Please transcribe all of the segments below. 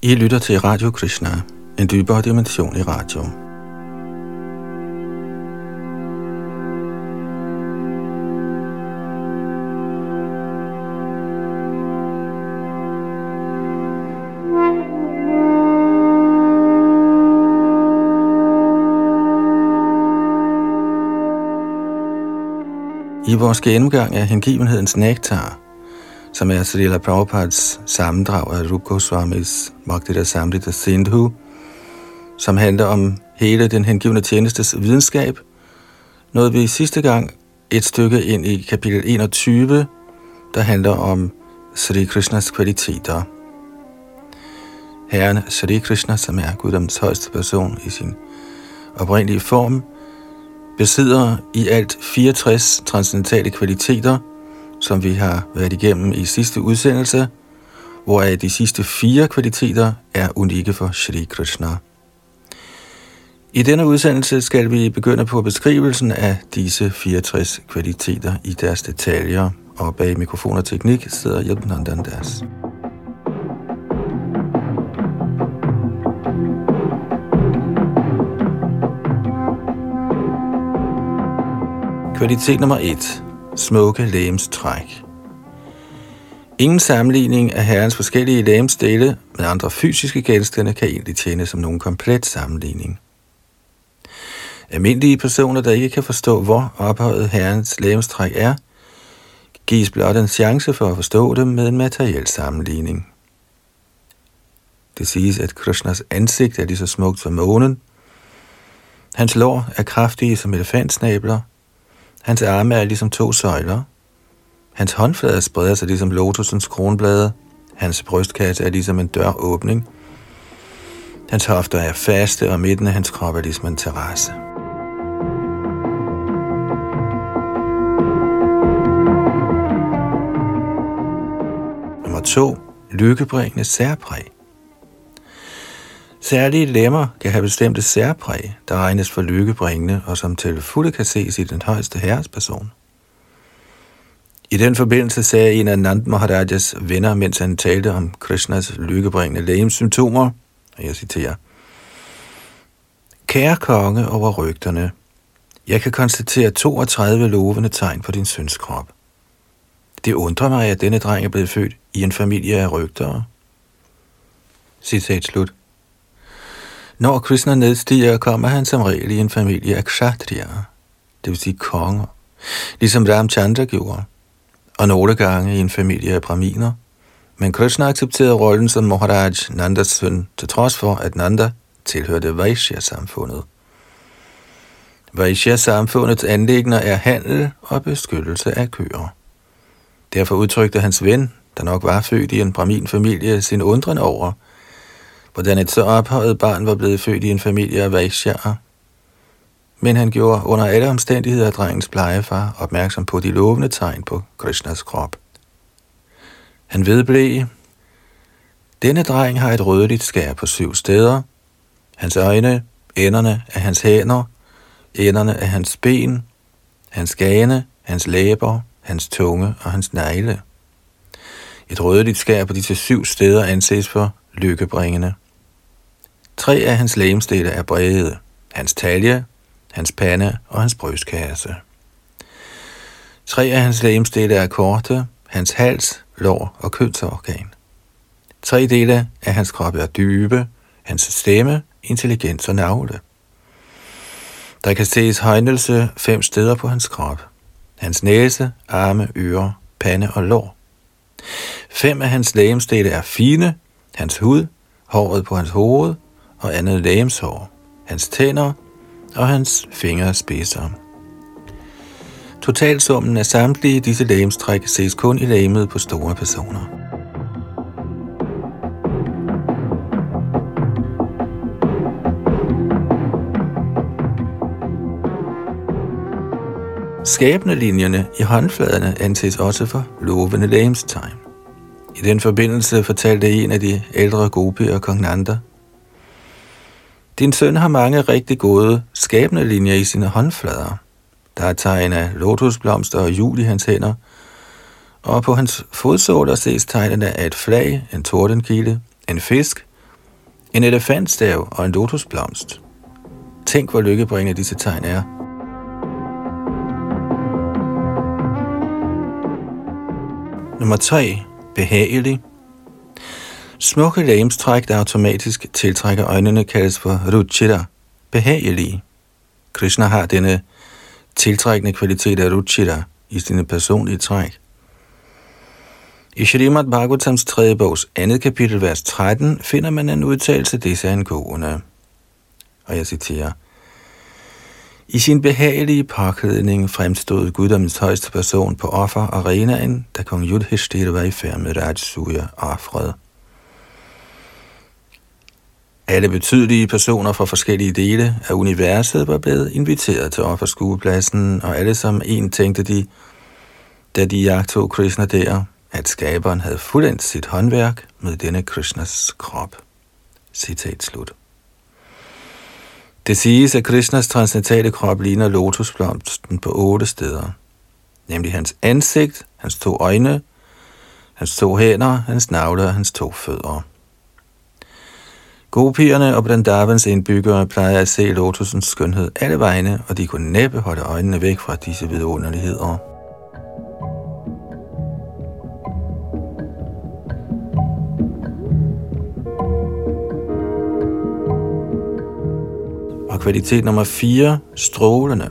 I lytter til Radio Krishna, en dybere dimension i radio. I vores gennemgang af hengivenhedens nektar, som er Srila Prabhupads sammendrag af Rupa Goswamis Bhakti-rasamrita Sindhu, som handler om hele den hengivne tjenestes videnskab, nåede vi sidste gang et stykke ind i kapitel 21, der handler om Sri Krishnas kvaliteter. Herren Sri Krishna, som er guddommens højeste person i sin oprindelige form, besidder i alt 64 transcendentale kvaliteter, som vi har været igennem i sidste udsendelse, hvoraf de sidste 4 kvaliteter er unikke for Shri Krishna. I denne udsendelse skal vi begynde på beskrivelsen af disse 64 kvaliteter i deres detaljer, og bag mikrofon og teknik sidder Yadunandan Das. Kvalitet nummer 1. Smukke legemstræk. Ingen sammenligning af herrens forskellige legemsdele med andre fysiske genstande kan egentlig tjene som nogen komplet sammenligning. Almindelige personer, der ikke kan forstå, hvor ophøjet herrens legemstræk er, gives blot en chance for at forstå dem med en materiel sammenligning. Det siges, at Krishnas ansigt er lige så smukt som månen. Hans lår er kraftige som elefantsnabler. Hans arme er ligesom 2 søjler. Hans håndflader spreder sig ligesom lotusens kronblade. Hans brystkasse er ligesom en døråbning. Hans hofter er faste, og midten af hans krop er ligesom en terrasse. Nummer 2. Lykkebringende særpræg. Særlige lemmer kan have bestemte særpræg, der regnes for lykkebringende, og som til fulde kan ses i den højeste herres person. I den forbindelse sagde en af Nand Maharajas venner, mens han talte om Krishnas lykkebringende legemssymptomer, og jeg citerer: Kære konge over rygterne, jeg kan konstatere 32 lovende tegn på din søns krop. Det undrer mig, at denne dreng er blevet født i en familie af rygtere. Citat slut. Når Krishna nedstiger, kommer han som regel i en familie af kshatriyaer, det vil sige konger, ligesom Ramchandra gjorde, og nogle gange i en familie af brahminer. Men Krishna accepterede rollen som Maharaj Nandas søn, til trods for, at Nanda tilhørte Vaishya-samfundet. Vaishya-samfundets anliggender er handel og beskyttelse af køer. Derfor udtrykte hans ven, der nok var født i en brahmin-familie, sin undren over, hvordan et så ophøjet barn var blevet født i en familie af Vaishyaer. Men han gjorde under alle omstændigheder drengens plejefar opmærksom på de lovende tegn på Krishnas krop. Han vedblev: Denne dreng har et rødligt skær på 7 steder. Hans øjne, enderne af hans hænder, enderne af hans ben, hans gane, hans læber, hans tunge og hans negle. Et rødligt skær på disse 7 steder anses for lykkebringende. 3 af hans legemsdele er brede: hans talje, hans pande og hans brystkasse. 3 af hans legemsdele er korte: hans hals, lår og kønsorgan. 3 dele af hans krop er dybe: hans stemme, intelligens og navle. Der kan ses højnelse 5 steder på hans krop: hans næse, arme, ører, pande og lår. 5 af hans legemsdele er fine: hans hud, håret på hans hoved og andet legemshår, hans tænder og hans fingerspidser. Totalsummen af samtlige disse legemstræk ses kun i legemet på store personer. Skæbnelinjerne i håndfladerne anses også for lovende legemstegn. I den forbindelse fortalte en af de ældre gopier, kong Nanda: Din søn har mange rigtig gode skæbnelinjer i sine håndflader. Der er tegn af lotusblomster og hjul i hans hænder, og på hans fodsåler ses tegnene af et flag, en tordenkilde, en fisk en elefantstav og en lotusblomst. Tænk, hvor lykkebringende disse tegn er. Nummer 3. Behagelig. Smukke legemstræk, der automatisk tiltrækker øjnene, kaldes for ruchira, behagelige. Krishna har denne tiltrækkende kvalitet af ruchira i sine personlige træk. I Srimad Bhagavatams 3. bogs 2. kapitel, vers 13, finder man en udtalelse disse angående. Og jeg citerer: I sin behagelige påklædning fremstod guddommens højeste person på offerarenaen, da kong Yudhishthira var i færd med Rajasuya offret. Alle betydelige personer fra forskellige dele af universet var blevet inviteret til offerskuepladsen, og alle som en tænkte de, da de jagtog Krishna der, at skaberen havde fuldendt sit håndværk med denne Krishnas krop. Citat slut. Det siges, at Krishnas transcendentale krop ligner lotusblomsten på 8 steder, nemlig hans ansigt, hans 2 øjne, hans 2 hænder, hans navle og hans 2 fødder. Gopierne og Vrindavans indbyggere plejer at se lotusens skønhed alle vegne, og de kunne næppe holde øjnene væk fra disse vidunderligheder. Og kvalitet nummer 4, strålende.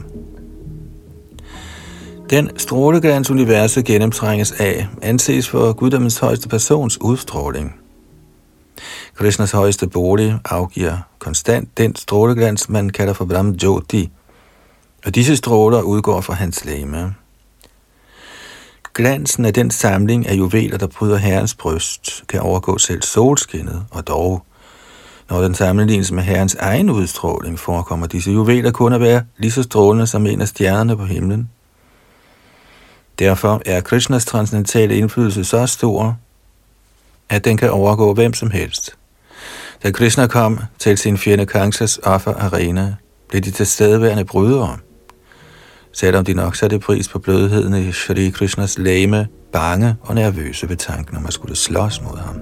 Den stråleglans universet gennemtrænges af, anses for guddommens højeste persons udstråling. Krishnas højeste bolig afgiver konstant den stråleglans, man kalder for Brahm Jyoti, og disse stråler udgår fra hans legeme. Glansen af den samling af juveler, der bryder Herrens bryst, kan overgå selv solskinnet, og dog, når den sammenlignes med Herrens egen udstråling, forekommer disse juveler kun at være lige så strålende som en af stjernerne på himlen. Derfor er Krishnas transcendentale indflydelse så stor, at den kan overgå hvem som helst. Da Krishna kom til sin fjende Kangsas offerarena, blev de tilstedeværende brydere. Selvom de nok satte pris på blødheden i Shri Krishnas legeme, bange og nervøse ved tanken om at skulle slås mod ham.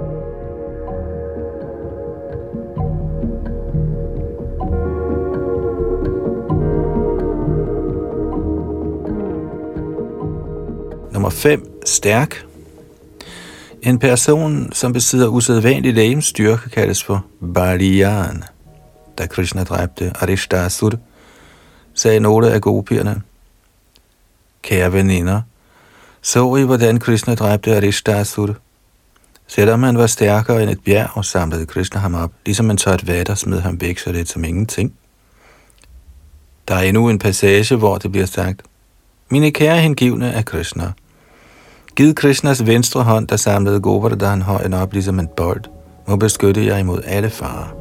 Nummer 5. Stærk. En person, som besidder usædvanlig legemsstyrke, kaldes for Baliyan. Da Krishna dræbte Aristasur, sagde nogle af gopierne: Kære veninder, så I, hvordan Krishna dræbte Aristasur? Selvom han var stærkere end et bjerg, samlede Krishna ham op, ligesom en tørt vand og smed ham væk så lidt som ingenting. Der er endnu en passage, hvor det bliver sagt: Mine kære hengivne af Krishna, giv Krishnas venstre hånd, der samlede Govardhan højen op ligesom en bold, må beskytte jer imod alle farer.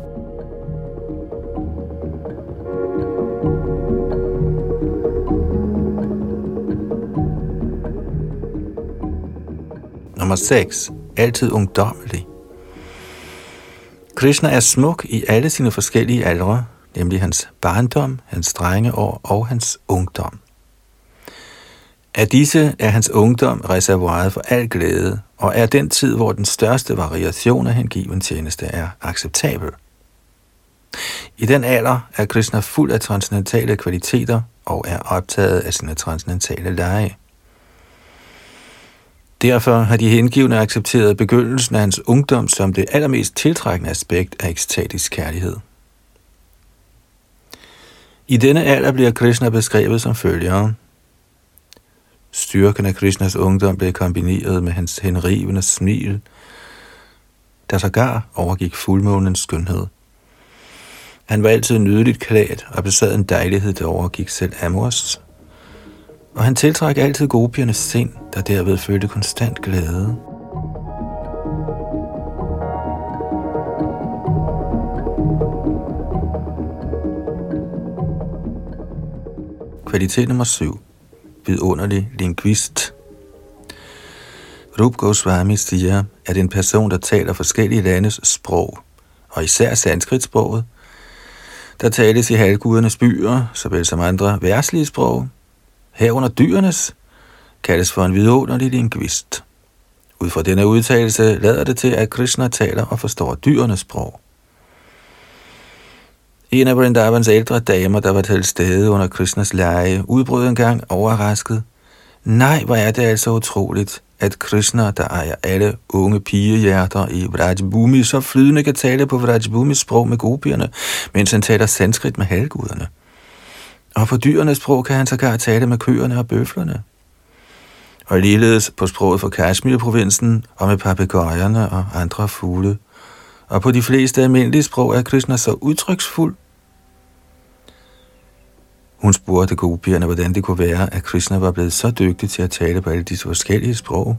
Nummer 6. Altid ungdommelig. Krishna er smuk i alle sine forskellige aldre, nemlig hans barndom, hans drengeår og hans ungdom. Af disse er hans ungdom reservoiret for al glæde, og er den tid, hvor den største variation af hengiven tjeneste er acceptabel. I den alder er Krishna fuld af transcendentale kvaliteter og er optaget af sine transcendentale lege. Derfor har de hengivne accepteret begyndelsen af hans ungdom som det allermest tiltrækkende aspekt af ekstatisk kærlighed. I denne alder bliver Krishna beskrevet som følger: Styrken af Krishnas ungdom blev kombineret med hans henrivende smil, der sågar overgik fuldmånens skønhed. Han var altid nydeligt klædt og besad en dejlighed, der overgik selv Amors, og han tiltrak altid gopiernes sind, der derved følte konstant glæde. Kvalitet nummer 7. Vidunderlig lingvist. Rup Goswami siger, at en person, der taler forskellige landes sprog, og især sanskrit-sproget, der tales i halvgudernes byer, såvel som andre verdslige sprog, herunder dyrenes, kaldes for en vidunderlig lingvist. Ud fra denne udtalelse lader det til, at Krishna taler og forstår dyrenes sprog. En af Vrindavans ældre damer, der var til stede under Krishnas lege, udbrød engang overrasket: nej, hvor er det altså utroligt, at Krishna, der ejer alle unge pigehjerter i Vrajabhumi, så flydende kan tale på Vrajabhumis sprog med gopierne, mens han taler sanskrit med halvguderne. Og på dyrenes sprog kan han sågar tale med køerne og bøflerne. Og ligeledes på sproget fra Kashmir-provinsen og med papegøjerne og andre fugle. Og på de fleste almindelige sprog er Krishna så udtryksfuld. Hun spurgte gopierne, hvordan det kunne være, at Krishna var blevet så dygtig til at tale på alle disse forskellige sprog.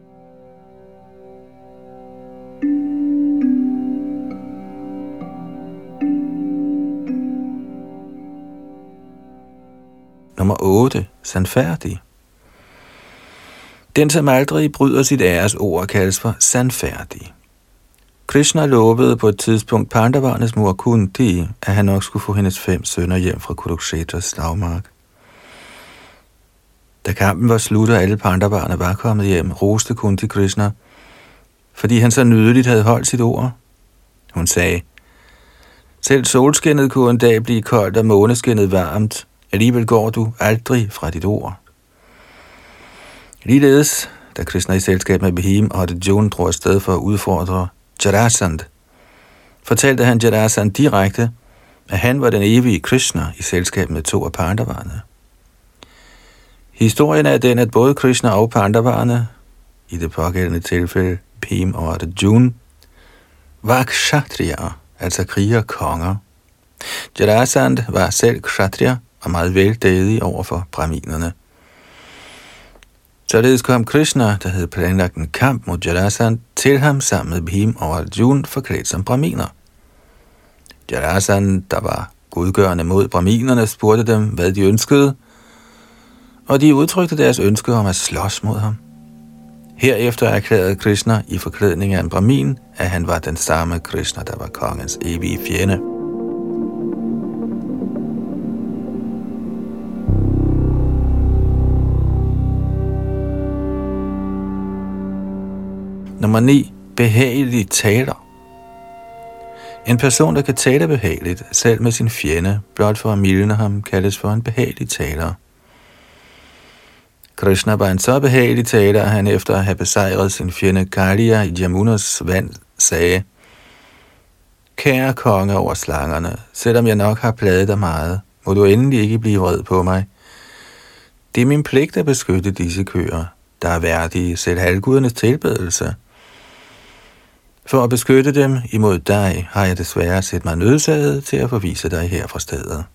Nummer 8. Sandfærdig. Den, som aldrig bryder sit æresord, kaldes for sandfærdig. Krishna lovede på et tidspunkt Pandavarnes mor Kunti, at han nok skulle få hendes 5 sønner hjem fra Kurukshetras slagmark. Da kampen var slut, og alle Pandavarne var kommet hjem, roste Kunti Krishna, fordi han så nydeligt havde holdt sit ord. Hun sagde: selv solskinnet kunne en dag blive koldt og måneskinnet varmt, alligevel går du aldrig fra dit ord. Ligeledes, da Krishna i selskab med Bhim og Arjuna drog afsted for at udfordre Jarasandh, fortalte han Jarasandh direkte, at han var den evige Krishna i selskab med 2 af Pandavarne. Historien er den, at både Krishna og Pandavarne, i det pågældende tilfælde Bhim og Arjuna, var kshatriyer, altså krigerkonger. Jarasandh var selv kshatriya og meget veldædig over for brahminerne. Således kom Krishna, der havde planlagt en kamp mod Jarasandh, til ham sammen med Bhim og Arjuna forklædt som brahminer. Jarasandh, der var godgørende mod brahminerne, spurgte dem, hvad de ønskede, og de udtrykte deres ønske om at slås mod ham. Herefter erklærede Krishna i forklædning af en brahmin, at han var den samme Krishna, der var kongens evige fjende. Nummer 9. Behagelig taler. En person, der kan tale behageligt, selv med sin fjende, blot for at mildne ham, kaldes for en behagelig taler. Krishna var en så behagelig taler, at han efter at have besejret sin fjende Kaliya i Jamunas vand, sagde: kære konge over slangerne, selvom jeg nok har plaget dig meget, må du endelig ikke blive vred på mig. Det er min pligt at beskytte disse køer, der er værdige selv halvgudernes tilbedelse. For at beskytte dem imod dig, har jeg desværre set mig nødsaget til at forvise dig her fra stedet.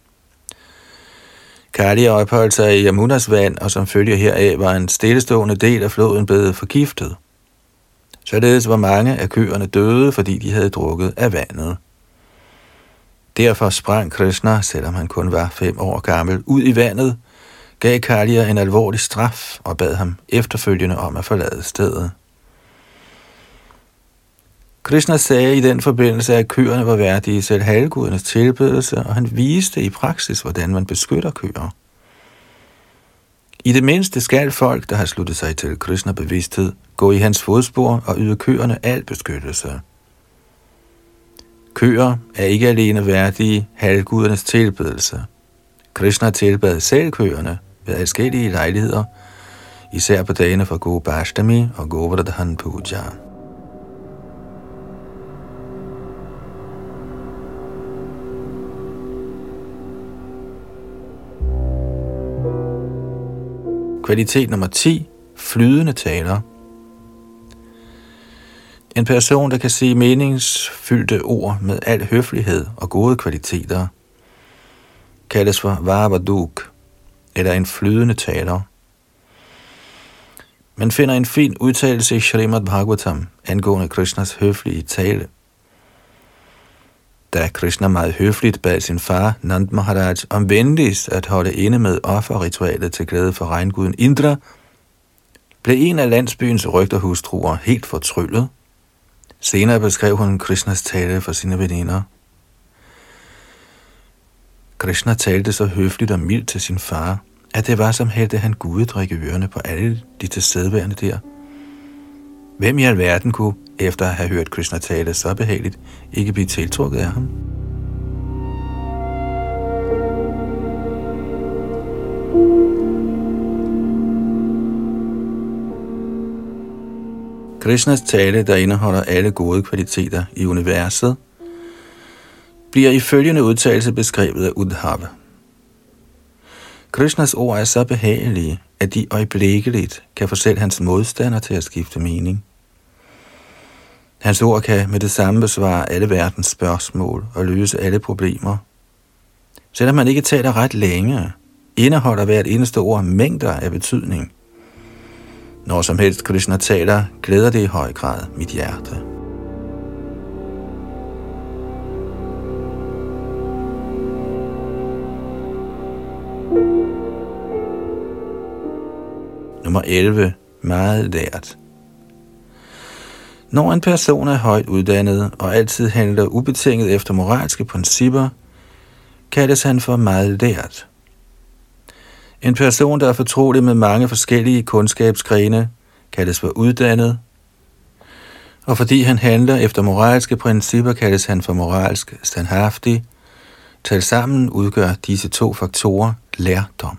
Kaliya opholdt sig i Yamunas vand, og som følge heraf var en stillestående del af floden blevet forgiftet. Således var mange af køerne døde, fordi de havde drukket af vandet. Derfor sprang Krishna, selvom han kun var 5 år gammel, ud i vandet, gav Kaliya en alvorlig straf og bad ham efterfølgende om at forlade stedet. Krishna sagde i den forbindelse, at køerne var værdige selv halvgudernes tilbedelse, og han viste i praksis, hvordan man beskytter køer. I det mindste skal folk, der har sluttet sig til Krishna bevidsthed, gå i hans fodspor og yde køerne al beskyttelse. Køer er ikke alene værdige halvgudernes tilbedelse. Krishna tilbad selv køerne ved adskillige lejligheder, især på dagene for Gopashtami og Govardhan Puja. Kvalitet nummer 10. Flydende taler. En person, der kan sige meningsfyldte ord med al høflighed og gode kvaliteter, kaldes for Vavaduk, eller en flydende taler. Man finder en fin udtalelse i Srimad Bhagavatam angående Krishnas høflige tale. Da Krishna meget høfligt bad sin far, Nand Maharaj, om venligst at holde inde med offerritualet til glæde for regnguden Indra, blev en af landsbyens rygterhustruer helt fortryllet. Senere beskrev hun Krishnas tale for sine veninder. Krishna talte så høfligt og mildt til sin far, at det var som hældte han gudedrik i ørerne på alle de tilstedeværende der. Hvem i alverden kunne, efter at have hørt Krishna tale så behageligt, ikke blive tiltrukket af ham? Krishnas tale, der indeholder alle gode kvaliteter i universet, bliver i følgende udtalelse beskrevet af Uddhava. Krishnas ord er så behagelige, at de øjeblikkeligt kan få selv hans modstander til at skifte mening. Hans ord kan med det samme besvare alle verdens spørgsmål og løse alle problemer. Selvom man ikke taler ret længe, indeholder hvert eneste ord mængder af betydning. Når som helst Krishna taler, glæder det i høj grad mit hjerte. Nummer 11. Meget lært. Når en person er højt uddannet og altid handler ubetinget efter moralske principper, kaldes han for meget lært. En person, der er fortrolig med mange forskellige kundskabsgrene, kaldes for uddannet, og fordi han handler efter moralske principper, kaldes han for moralsk standhaftig. Tilsammen udgør disse to faktorer lærdom.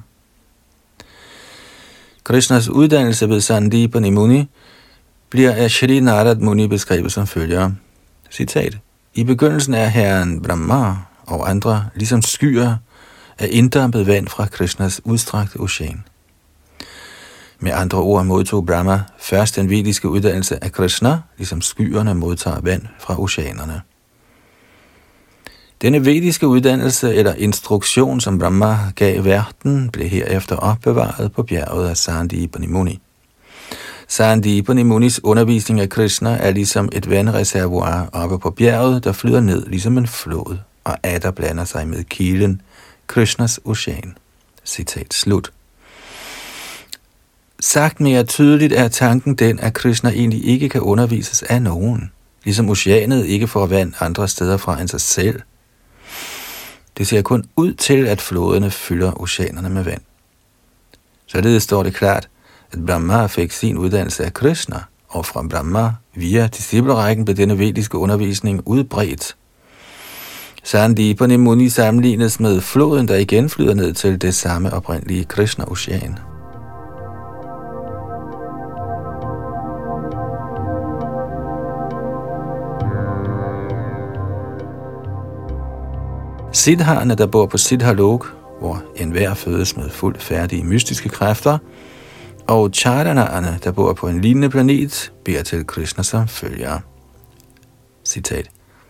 Krishnas uddannelse ved Sandipani Muni bliver af Shri Narad Muni beskrevet som følger. Citat. I begyndelsen er herren Brahma og andre ligesom skyer af inddampet vand fra Krishnas udstrakte ocean. Med andre ord modtog Brahma først den vediske uddannelse af Krishna, ligesom skyerne modtager vand fra oceanerne. Denne vediske uddannelse eller instruktion, som Brahma gav verden, blev herefter opbevaret på bjerget af Sandipani Muni. Sandipani Munis undervisning af Krishna er ligesom et vandreservoir oppe på bjerget, der flyder ned ligesom en flod, og atter blander sig med kilden, Krishnas ocean. Citat slut. Sagt mere tydeligt er tanken den, at Krishna egentlig ikke kan undervises af nogen, ligesom oceanet ikke får vand andre steder fra end sig selv. Det ser kun ud til, at floderne fylder oceanerne med vand. Således står det klart, at Brahma fik sin uddannelse af Krishna, og fra Brahma via disciplerækken blev denne vediske undervisning udbredt. Sandipani Muni sammenlignes med floden, der igen flyder ned til det samme oprindelige Krishna-ocean. Siddharerne, der bor på Siddhalok, hvor enhver fødes med fuldt færdige mystiske kræfter, og Charanerne, der bor på en lignende planet, beder til Krishna som følger. Citat.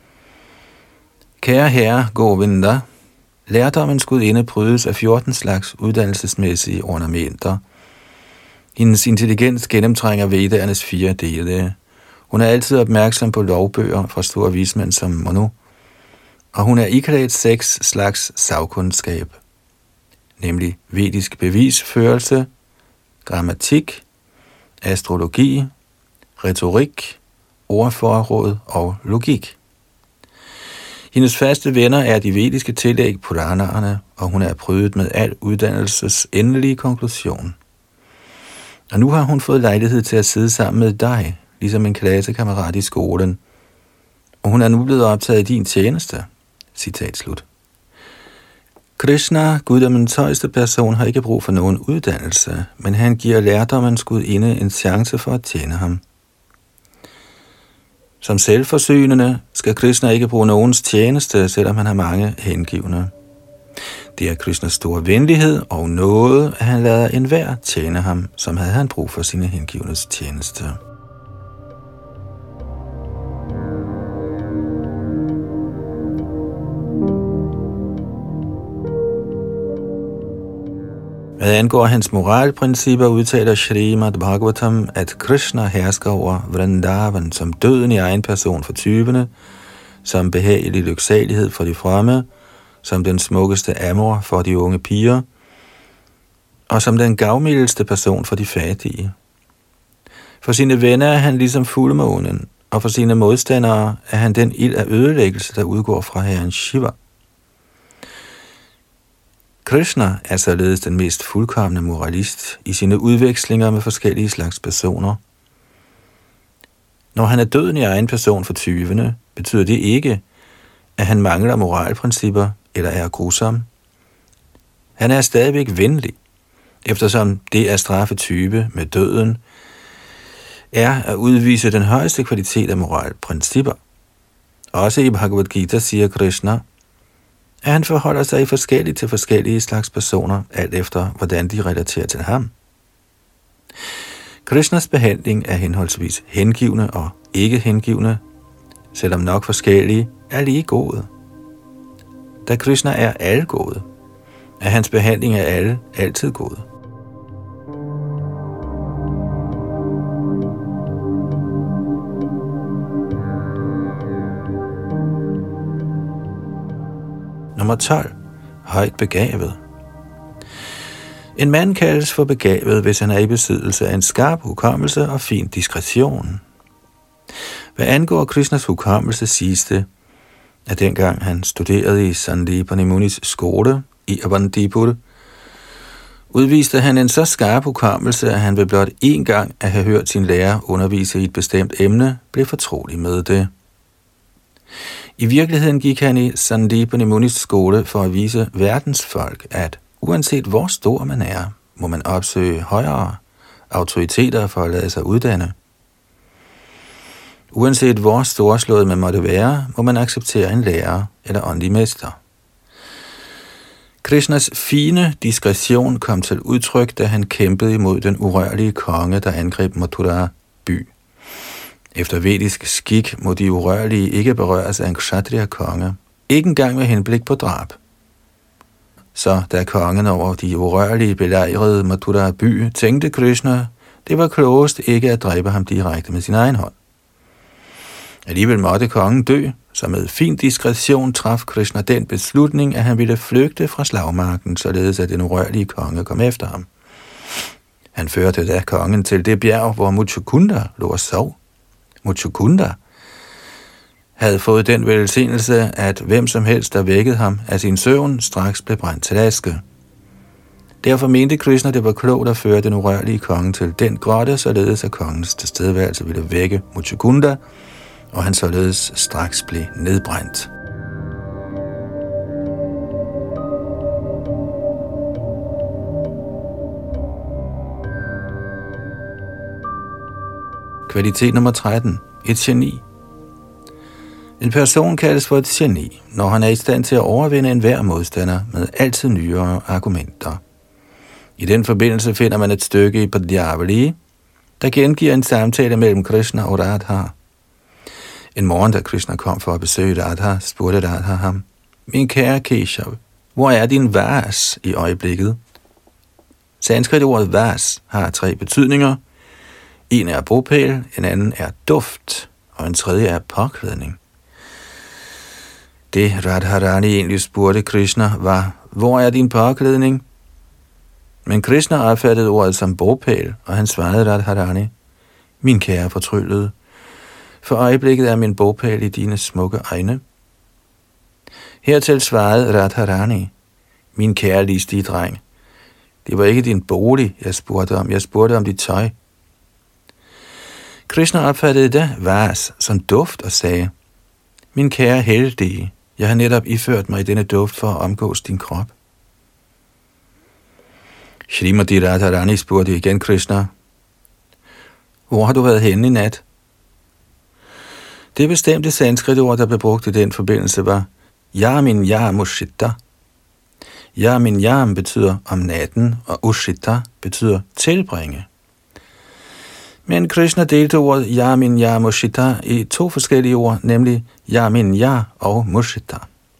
Kære herre Govinda, lærdommens gudinde prydes af 14 slags uddannelsesmæssige ornamenter. Hendes intelligens gennemtrænger Vedernes 4 dele. Hun er altid opmærksom på lovbøger fra store vismænd som Manu, og hun er iklædt 6 slags sagkundskab, nemlig vedisk bevisførelse, grammatik, astrologi, retorik, ordforråd og logik. Hendes faste venner er de vediske tillæg Puranerne, og hun er prydet med al uddannelses endelige konklusion. Og nu har hun fået lejlighed til at sidde sammen med dig, ligesom en klassekammerat i skolen, og hun er nu blevet optaget i din tjeneste. Citat slut. Krishna, guddommens højeste person, har ikke brug for nogen uddannelse, men han giver lærdommens gudinde en chance for at tjene ham. Som selvforsynende skal Krishna ikke bruge nogens tjeneste, selvom han har mange hengivne. Det er Krishnas store venlighed og nåde, at han lader enhver tjene ham, som havde han brug for sine hengivnes tjeneste. Hvad angår hans moralprincipper, udtaler Srimad Bhagavatam, at Krishna hersker over Vrindavan som døden i egen person for tyvene, som behagelig lyksalighed for de fremme, som den smukkeste amor for de unge piger, og som den gavmildeste person for de fattige. For sine venner er han ligesom fuldmånen, og for sine modstandere er han den ild af ødelæggelse, der udgår fra herren Shiva. Krishna er således den mest fuldkomne moralist i sine udvekslinger med forskellige slags personer. Når han er døden i egen person for tyvene, betyder det ikke, at han mangler moralprincipper eller er grusom. Han er stadigvæk venlig, eftersom det at straffe type med døden er at udvise den højeste kvalitet af moralprincipper. Også i Bhagavad Gita siger Krishna, at han forholder sig forskelligt til forskellige slags personer, alt efter hvordan de relaterer til ham. Krishnas behandling af henholdsvis hengivne og ikke hengivne, selvom nok forskellige, er lige gode. Da Krishna er alle gode, er hans behandling af alle altid gode. Nummer 12. Højt begavet. En mand kaldes for begavet, hvis han er i besiddelse af en skarp hukommelse og fin diskretion. Hvad angår Krishnas hukommelse, siges det, at dengang han studerede i Sandipani Munis skole i Avantipur, udviste han en så skarp hukommelse, at han ved blot én gang at have hørt sin lærer undervise i et bestemt emne, blev fortrolig med det. I virkeligheden gik han i Sandipani Munis skole for at vise verdens folk, at uanset hvor stor man er, må man opsøge højere autoriteter for at lade sig uddanne. Uanset hvor storslået man måtte være, må man acceptere en lærer eller åndelig mester. Krishnas fine diskretion kom til udtryk, da han kæmpede imod den urørlige konge, der angreb Mathura by. Efter vedisk skik må de urørlige ikke berøres af en kshatriya-konge, ikke engang med henblik på drab. Så da kongen over de urørlige belejrede Mathura by, tænkte Krishna, det var klogest ikke at dræbe ham direkte med sin egen hånd. Alligevel måtte kongen dø, så med fin diskretion traf Krishna den beslutning, at han ville flygte fra slagmarken, således at den urørlige konge kom efter ham. Han førte da kongen til det bjerg, hvor Muchukunda lå og sov. Muchukunda havde fået den velsignelse, at hvem som helst, der vækkede ham af sin søvn, straks blev brændt til aske. Derfor mente Krishna, det var klogt at føre den urørlige konge til den grotte, således at kongens tilstedeværelse ville vække Muchukunda, og han således straks blev nedbrændt. Kvalitet nummer 13. Et geni. En person kaldes for et geni, når han er i stand til at overvinde enhver modstander med altid nyere argumenter. I den forbindelse finder man et stykke i Padjavali, der gengiver en samtale mellem Krishna og Radha. En morgen, da Krishna kom for at besøge Radha, spurgte Radha ham, min kære Keshav, hvor er din vas i øjeblikket? Sanskrit-ordet vas har 3 betydninger. En er bopæl, en anden er duft, og en tredje er påklædning. Det Radharani egentlig spurgte Krishna var, hvor er din påklædning? Men Krishna opfattede ordet som bopæl, og han svarede Radharani, min kære fortryllede, for øjeblikket er min bopæl i dine smukke øjne. Hertil svarede Radharani, min kære listige dreng, det var ikke din bolig, jeg spurgte om dit tøj. Krishna opfattede da vas som duft og sagde, min kære heldige, jeg har netop iført mig i denne duft for at omgås din krop. Shrimati Radharani spurgte igen Krishna, hvor har du været henne i nat? Det bestemte sanskrit-ord, der blev brugt i den forbindelse, var Yamin Yam Ushita. Yamin Yam betyder om natten, og Ushita betyder tilbringe. Men Krishna delte ordet Yamin Yam Ushita i 2 forskellige ord, nemlig Yamin Ya og Mushita.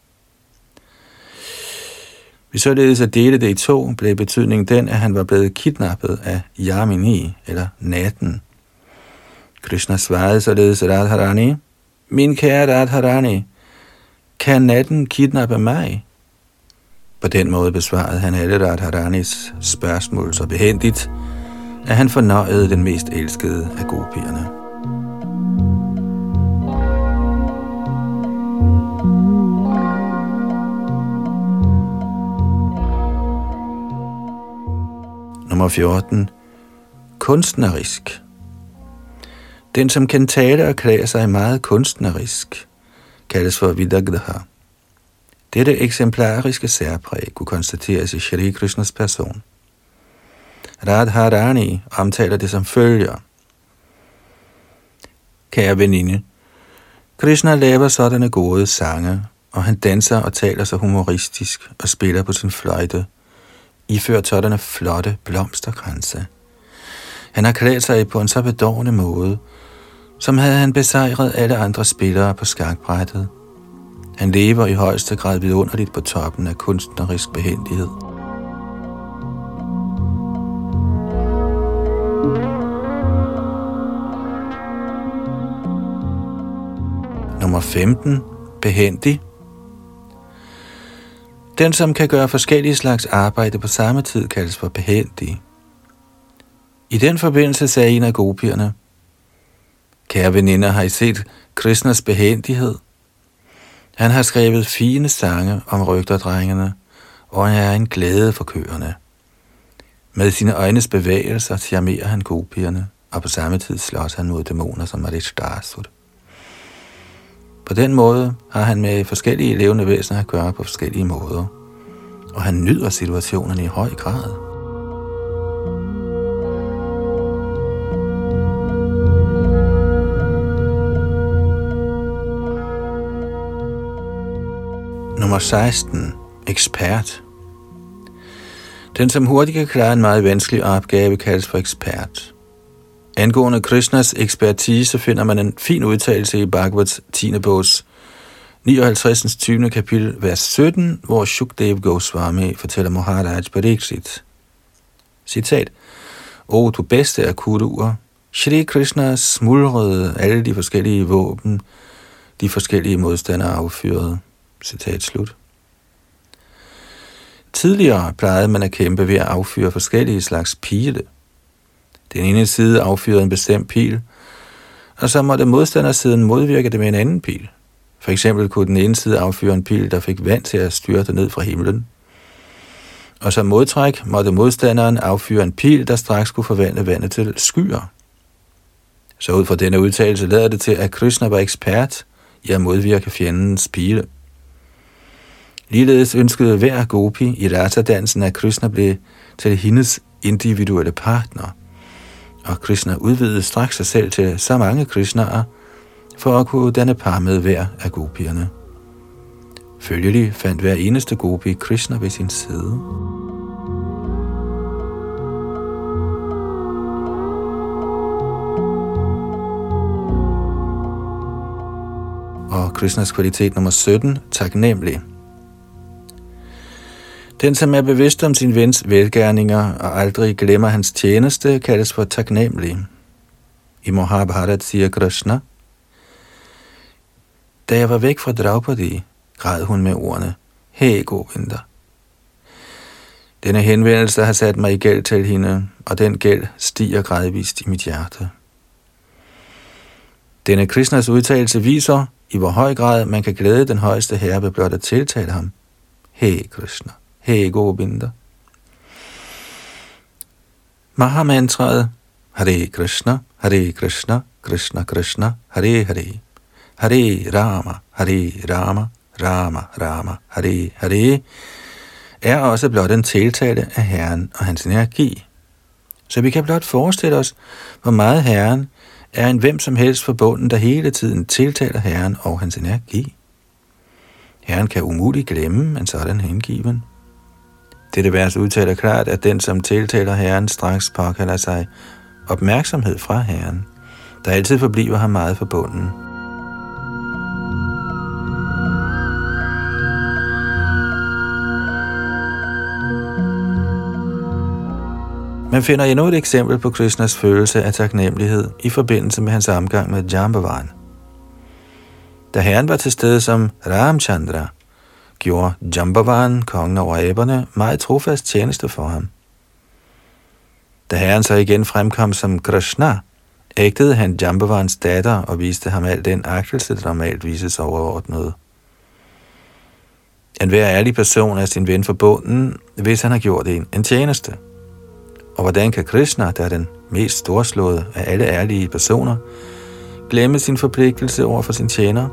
Ved således at dele det i 2, blev betydningen den, at han var blevet kidnappet af Yamini, eller natten. Krishna svarede således Radharani, min kære Radharani, kan natten kidnappe mig? På den måde besvarede han alle Radharanis spørgsmål så behændigt, at han fornøjede den mest elskede af gopierne. Nummer 14. Kunstnerisk. Den, som kan tale og klæde sig meget kunstnerisk, kaldes for Vidagdha. Dette eksemplariske særpræg kunne konstateres i Shri Krishnas person. Radharani omtaler det som følger. Kære veninde, Krishna laver sådanne gode sange, og han danser og taler så humoristisk og spiller på sin fløjte, iført sådanne flotte blomsterkranse. Han har klædt sig på en så bedårende måde, som havde han besejret alle andre spillere på skakbrættet. Han lever i højeste grad vidunderligt på toppen af kunstnerisk behændighed. Nummer 15. Behændig. Den, som kan gøre forskellige slags arbejde på samme tid, kaldes for behændig. I den forbindelse sagde en af gopierne, kære veninder, har I set Krishnas behændighed? Han har skrevet fine sange om rygterdrengene, og han er en glæde for køerne. Med sine øjnes bevægelser charmerer han gopierne, og på samme tid slås han mod dæmoner som Aristasur. På den måde har han med forskellige levende væsener at gøre på forskellige måder, og han nyder situationerne i høj grad. Nummer 16. Ekspert. Den, som hurtigt kan klare en meget vanskelig opgave, kaldes for ekspert. Angående Krishnas ekspertise finder man en fin udtalelse i Bhagavats 10. bogs 59. 20. kapitel, vers 17, hvor Shukdev Goswami fortæller Maharaj Pariksit. Citat. O du bedste af kuruer, Shri Krishna smuldrede alle de forskellige våben, de forskellige modstandere affyrede. Citat slut. Tidligere plejede man at kæmpe ved at affyre forskellige slags pile. Den ene side affyrede en bestemt pil, og så måtte modstandersiden modvirke det med en anden pil. For eksempel kunne den ene side affyre en pil, der fik vand til at styrte ned fra himlen. Og som modtræk måtte modstanderen affyre en pil, der straks skulle forvandle vandet til skyer. Så ud fra denne udtalelse lader det til, at Krishna var ekspert i at modvirke fjendens pile. Ligeledes ønskede hver gopi i rasa-dansen, at Krishna blev til hendes individuelle partner. Og Krishna udvidede straks sig selv til så mange Krishnaer, for at kunne danne par med hver af gopierne. Følgelig fandt hver eneste gopi Krishna ved sin side. Og Krishnas kvalitet nummer 17, taknemmelig. Den, som er bevidst om sin vens velgerninger og aldrig glemmer hans tjeneste, kaldes for taknemmelig. I Mahabharat siger Krishna, da jeg var væk fra Draupadi, græd hun med ordene, hey Govinda. Denne henvendelse har sat mig i gæld til hende, og den gæld stiger gradvist i mit hjerte. Denne Krishnas udtalelse viser, i hvor høj grad man kan glæde den højeste herre ved blot at tiltale ham. Hey Krishna, hey Govinda. Mahamantraet, Hare Krishna, Hare Krishna, Krishna Krishna, Hare Hare. Hare Rama, Hare Rama, Rama Rama, Hare Hare, er også blot en tiltale af Herren og hans energi. Så vi kan blot forestille os, hvor meget Herren er en hvem som helst forbundet, der hele tiden tiltaler Herren og hans energi. Herren kan umuligt glemme en sådan hengiven. Dette vers udtaler klart, at den, som tiltaler Herren, straks påkalder sig opmærksomhed fra Herren, der altid forbliver ham meget forbundet. Man finder endnu et eksempel på Krishnas følelse af taknemmelighed i forbindelse med hans omgang med Jambavan. Da Herren var til stede som Ramchandra, gjorde Jambavan, kongen over aberne, meget trofast tjeneste for ham. Da Herren så igen fremkom som Krishna, ægtede han Jambavans datter og viste ham al den agtelse, der normalt vises overordnet. En hver ærlig person er sin ven forbunden, hvis han har gjort en tjeneste. Og hvordan kan Krishna, der er den mest storslåede af alle ærlige personer, glemme sin forpligtelse over for sin tjener?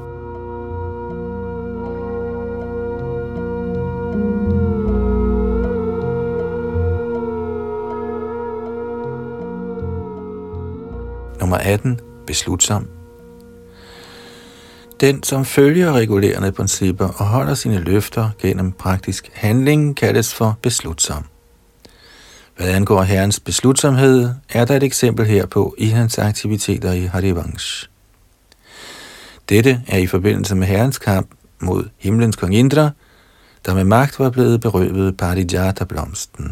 Nummer 18. Beslutsom. Den, som følger regulerende principper og holder sine løfter gennem praktisk handling, kaldes for beslutsom. Hvad angår Herrens beslutsomhed, er der et eksempel herpå i hans aktiviteter i Harivansh. Dette er i forbindelse med Herrens kamp mod himlens kong Indra, der med magt var blevet berøvet Parijata-blomsten.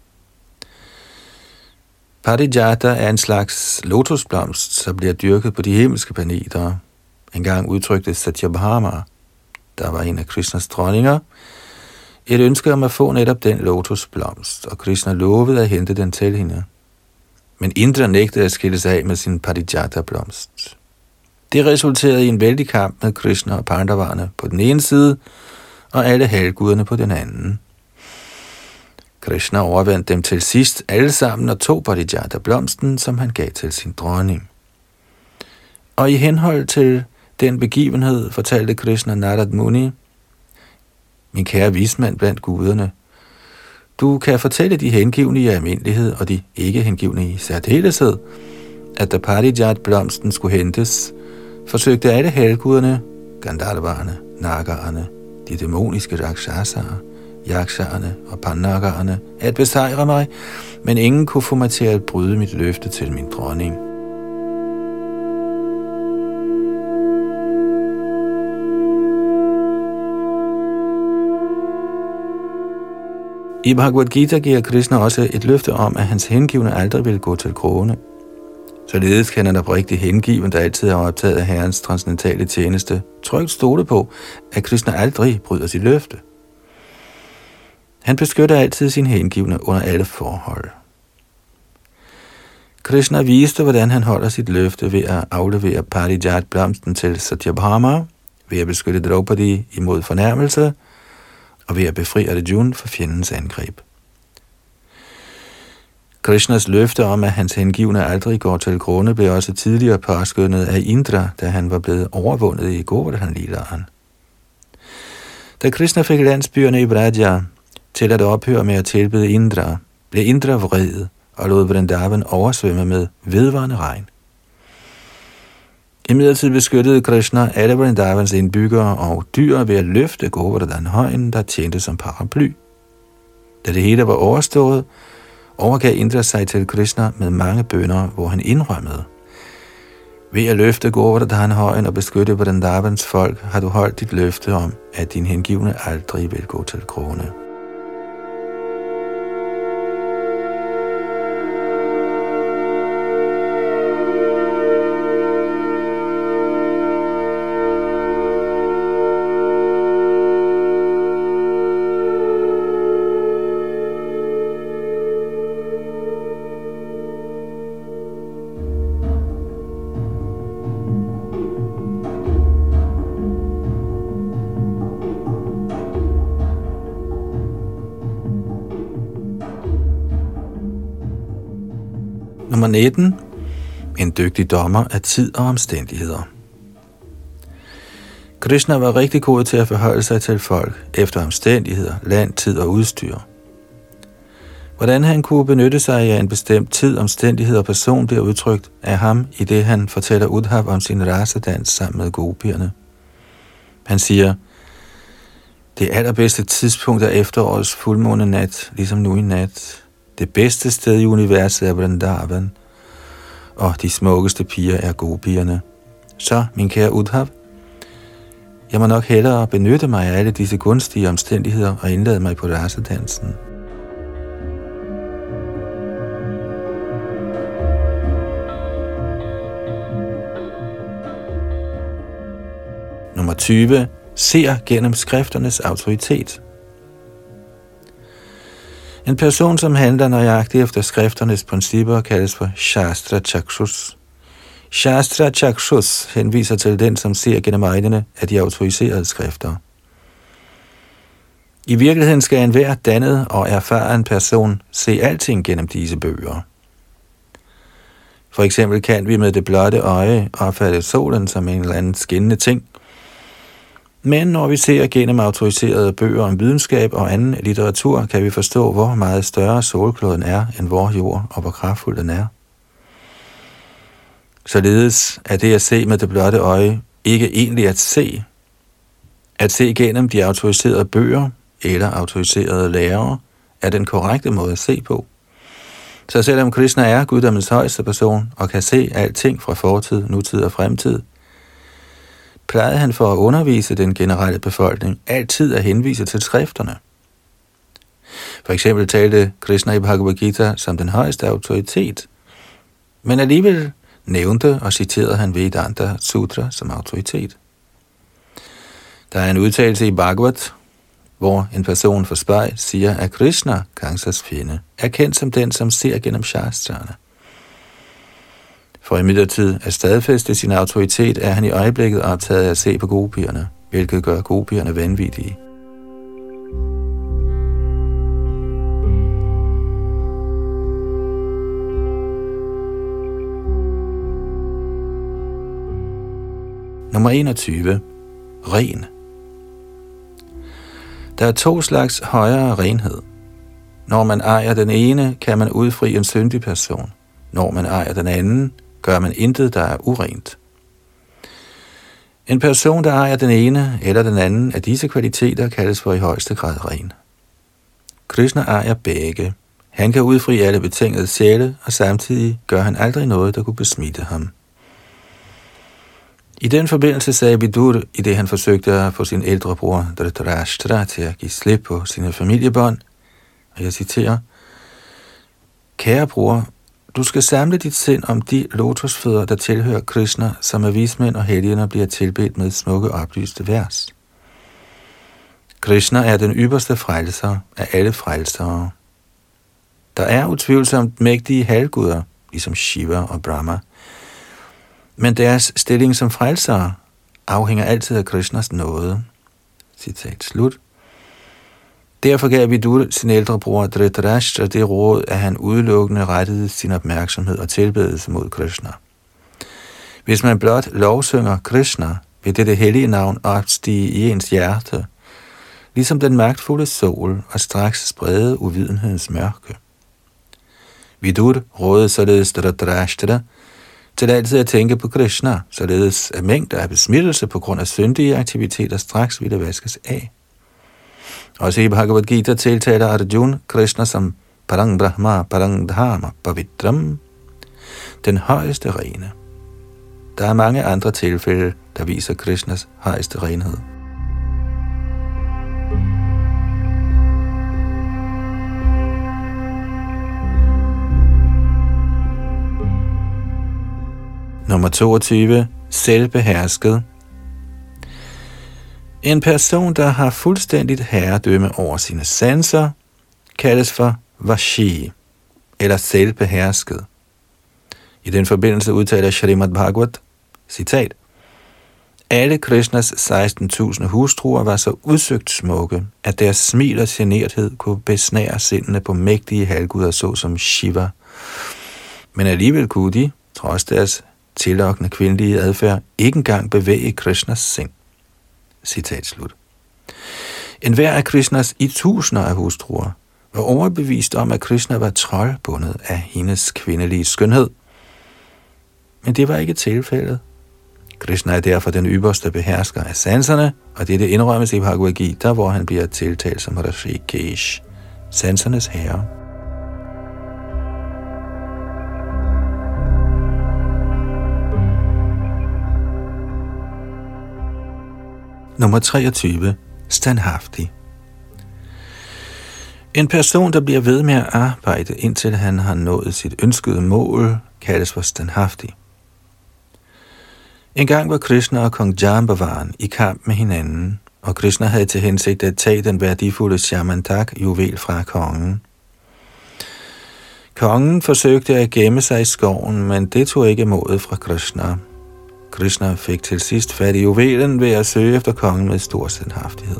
Parijata er en slags lotusblomst, som bliver dyrket på de himmelske planeter. Engang udtrykte Satyabhama, der var en af Krishnas dronninger, et ønske om at få netop den lotusblomst, og Krishna lovede at hente den til hende. Men Indra nægtede at skille sig af med sin Parijata-blomst. Det resulterede i en vældig kamp med Krishna og Pandavarne på den ene side, og alle halvguderne på den anden. Krishna overvandt dem til sidst alle sammen og tog Parijata-blomsten, som han gav til sin dronning. Og i henhold til den begivenhed fortalte Krishna Narad Muni: min kære vismand blandt guderne, du kan fortælle de hengivne i almindelighed og de ikke hengivne i særdeleshed, at da Parijat-blomsten skulle hentes, forsøgte alle halvguderne, Gandharvarne, Nagarerne, de dæmoniske Rakshasaer, Yakshaerne og Pannagarerne at besejre mig, men ingen kunne få mig til at bryde mit løfte til min dronning. I Bhagavad Gita giver Krishna også et løfte om, at hans hengivne aldrig vil gå til grone. Således kan han oprigtigt hengiven, der altid er optaget af Herrens transcendentale tjeneste, trygt stole på, at Krishna aldrig bryder sit løfte. Han beskytter altid sin hengivne under alle forhold. Krishna viste, hvordan han holder sit løfte ved at aflevere Parijat-blomsten til Satyabhama, ved at beskytte Draupadi imod fornærmelse, og ved at befri Arjuna for fjendens angreb. Krishnas løfte om, at hans hengivne aldrig går til grune, blev også tidligere påskyndet af Indra, da han var blevet overvundet i Govardhan-lilaen. Da Krishna fik landsbyerne i Vraja til at ophøre med at tilbede Indra, blev Indra vred og lod Vrindavan oversvømme med vedvarende regn. Imidlertid beskyttede Krishna alle Vrindavans indbyggere og dyr ved at løfte Govardhan-højen, der tjente som paraply. Da det hele var overstået, overgav Indra sig til Krishna med mange bønner, hvor han indrømmede: ved at løfte Govardhan-højen og beskytte Vrindavans folk, har du holdt dit løfte om, at din hengivne aldrig vil gå til grune. Nummer 19. En dygtig dommer af tid og omstændigheder. Krishna var rigtig god til at forholde sig til folk efter omstændigheder, land, tid og udstyr. Hvordan han kunne benytte sig af en bestemt tid, omstændighed og person bliver udtrykt af ham, i det han fortæller Uddhav om sin rasedans sammen med gopierne. Han siger: det allerbedste tidspunkt er efterårets fuldmåne nat, ligesom nu i nat. Det bedste sted i universet er Vrindavan, og de smukkeste piger er gopierne. Så, min kære Uddhav, jeg må nok hellere benytte mig af alle disse gunstige omstændigheder og indlade mig på rasedansen. Nummer 20. Ser gennem skrifternes autoritet. En person, som handler nøjagtigt efter skrifternes principper, kaldes for Shastra Chakshus. Shastra Chakshus henviser til den, som ser gennem øjnene af de autoriserede skrifter. I virkeligheden skal enhver dannet og erfaren person se alting gennem disse bøger. For eksempel kan vi med det blotte øje opfatte solen som en eller anden skinnende ting, men når vi ser gennem autoriserede bøger om videnskab og anden litteratur, kan vi forstå, hvor meget større solkloden er, end vor jord, og hvor kraftfuld den er. Således er det at se med det blotte øje ikke egentlig at se. At se gennem de autoriserede bøger eller autoriserede lærere er den korrekte måde at se på. Så selvom Krishna er guddommens højeste person og kan se alting fra fortid, nutid og fremtid, plejede han for at undervise den generelle befolkning altid at henvise til skrifterne. For eksempel talte Krishna i Bhagavad Gita som den højeste autoritet, men alligevel nævnte og citerede han Vedanta Sutra som autoritet. Der er en udtalelse i Bhagavad, hvor en person for spejl siger, at Krishna, Kansas fjende, er kendt som den, som ser gennem shastrene. For imidlertid at stadfæste sin autoritet, er han i øjeblikket optaget af at se på gopierne, hvilket gør gopierne vanvittige. Nummer 21. Ren. Der er 2 slags højere renhed. Når man ejer den ene, kan man udfri en syndig person. Når man ejer den anden, gør man intet, der er urent. En person, der ejer den ene eller den anden af disse kvaliteter, kaldes for i højeste grad ren. Krishna ejer begge. Han kan udfri alle betingede sjæle, og samtidig gør han aldrig noget, der kunne besmitte ham. I den forbindelse sagde Vidur, i det han forsøgte at få sin ældre bror Dhritarashtra til at give slip på sine familiebånd, og jeg citerer: Kære bror, du skal samle dit sind om de lotusfødder, der tilhører Krishna, som af vismænd og helgener bliver tilbedt med smukke oplyste vers. Krishna er den ypperste frelser af alle frelsere. Der er utvivlsomt mægtige halvguder, ligesom Shiva og Brahma, men deres stilling som frelsere afhænger altid af Krishnas nåde. Citat slut. Derfor gav Vidur sin ældre bror Dhritarashtra det råd, at han udelukkende rettede sin opmærksomhed og tilbedelse mod Krishna. Hvis man blot lovsynger Krishna, vil dette hellige navn opstige i ens hjerte, ligesom den magtfulde sol, og straks sprede uvidenhedens mørke. Vidur rådede således Dhritarashtra til altid at tænke på Krishna, således at mængder af besmittelse på grund af syndige aktiviteter straks ville vaskes af. Også i Bhagavad Gita tiltaler Arjuna Krishna som Parang Brahma, Parang Dharma, Pavitram, den højeste rene. Der er mange andre tilfælde, der viser Krishnas højeste renhed. Nummer 22. Selvbehersket. En person, der har fuldstændigt herredømme over sine sanser, kaldes for Vashi, eller selvbehersket. I den forbindelse udtaler Srimad Bhagavat, citat: Alle Krishnas 16.000 hustruer var så udsøgt smukke, at deres smil og generthed kunne besnære sindene på mægtige halvguder såsom Shiva. Men alligevel kunne de, trods deres tillokkende kvindelige adfærd, ikke engang bevæge Krishnas sind. Citat slut. En hver af Krishnas i tusinder af hustruer var overbevist om, at Krishna var troldbundet af hendes kvindelige skønhed. Men det var ikke tilfældet. Krishna er derfor den ypperste behersker af sanserne, og dette indrømmes i Bhagavad Gita, hvor han bliver tiltalt som Rishikesh, sansernes herre. Nummer 23. Standhaftig. En person, der bliver ved med at arbejde, indtil han har nået sit ønskede mål, kaldes for standhaftig. En gang var Krishna og kong Jambavan i kamp med hinanden, og Krishna havde til hensigt at tage den værdifulde Shamantak-juvel fra kongen. Kongen forsøgte at gemme sig i skoven, men det tog ikke modet fra Krishna. Krishna fik til sidst fat i juvelen ved at søge efter kongen med stor standhaftighed.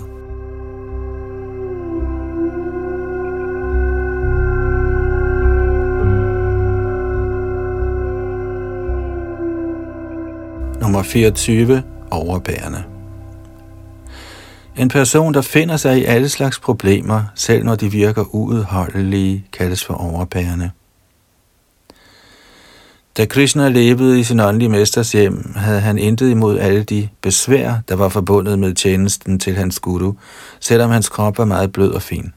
Nummer 24. Overbærende. En person, der finder sig i alle slags problemer, selv når de virker uudholdelige, kaldes for overbærende. Da Krishna levede i sin åndelige mesters hjem, havde han intet imod alle de besvær, der var forbundet med tjenesten til hans guru, selvom hans krop var meget blød og fin.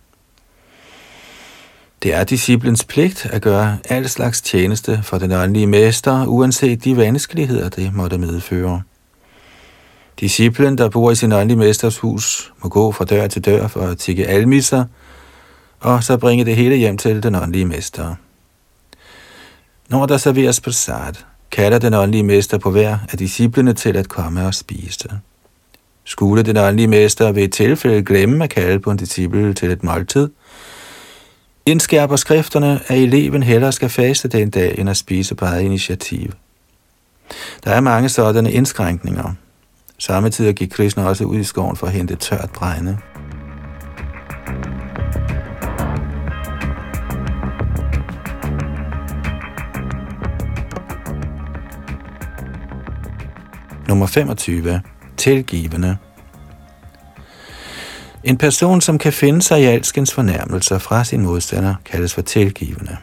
Det er disciplens pligt at gøre al slags tjeneste for den åndelige mester, uanset de vanskeligheder, det måtte medføre. Disciplen, der bor i sin åndelige mesters hus, må gå fra dør til dør for at tikke almisser, og så bringe det hele hjem til den åndelige mester. Når der serveres prasad, kalder den åndelige mester på hver af disciplene til at komme og spise. Skulle den åndelige mester ved et tilfælde glemme at kalde på en disciple til et måltid, indskærper skrifterne, at eleven hellere skal faste den dag, end at spise på eget initiativ. Der er mange sådanne indskrænkninger. Samtidig gik Krishna også ud i skoven for at hente tørt brænde. Nummer 25. Tilgivende. En person, som kan finde sig i alskens fornærmelser fra sin modstander, kaldes for tilgivende.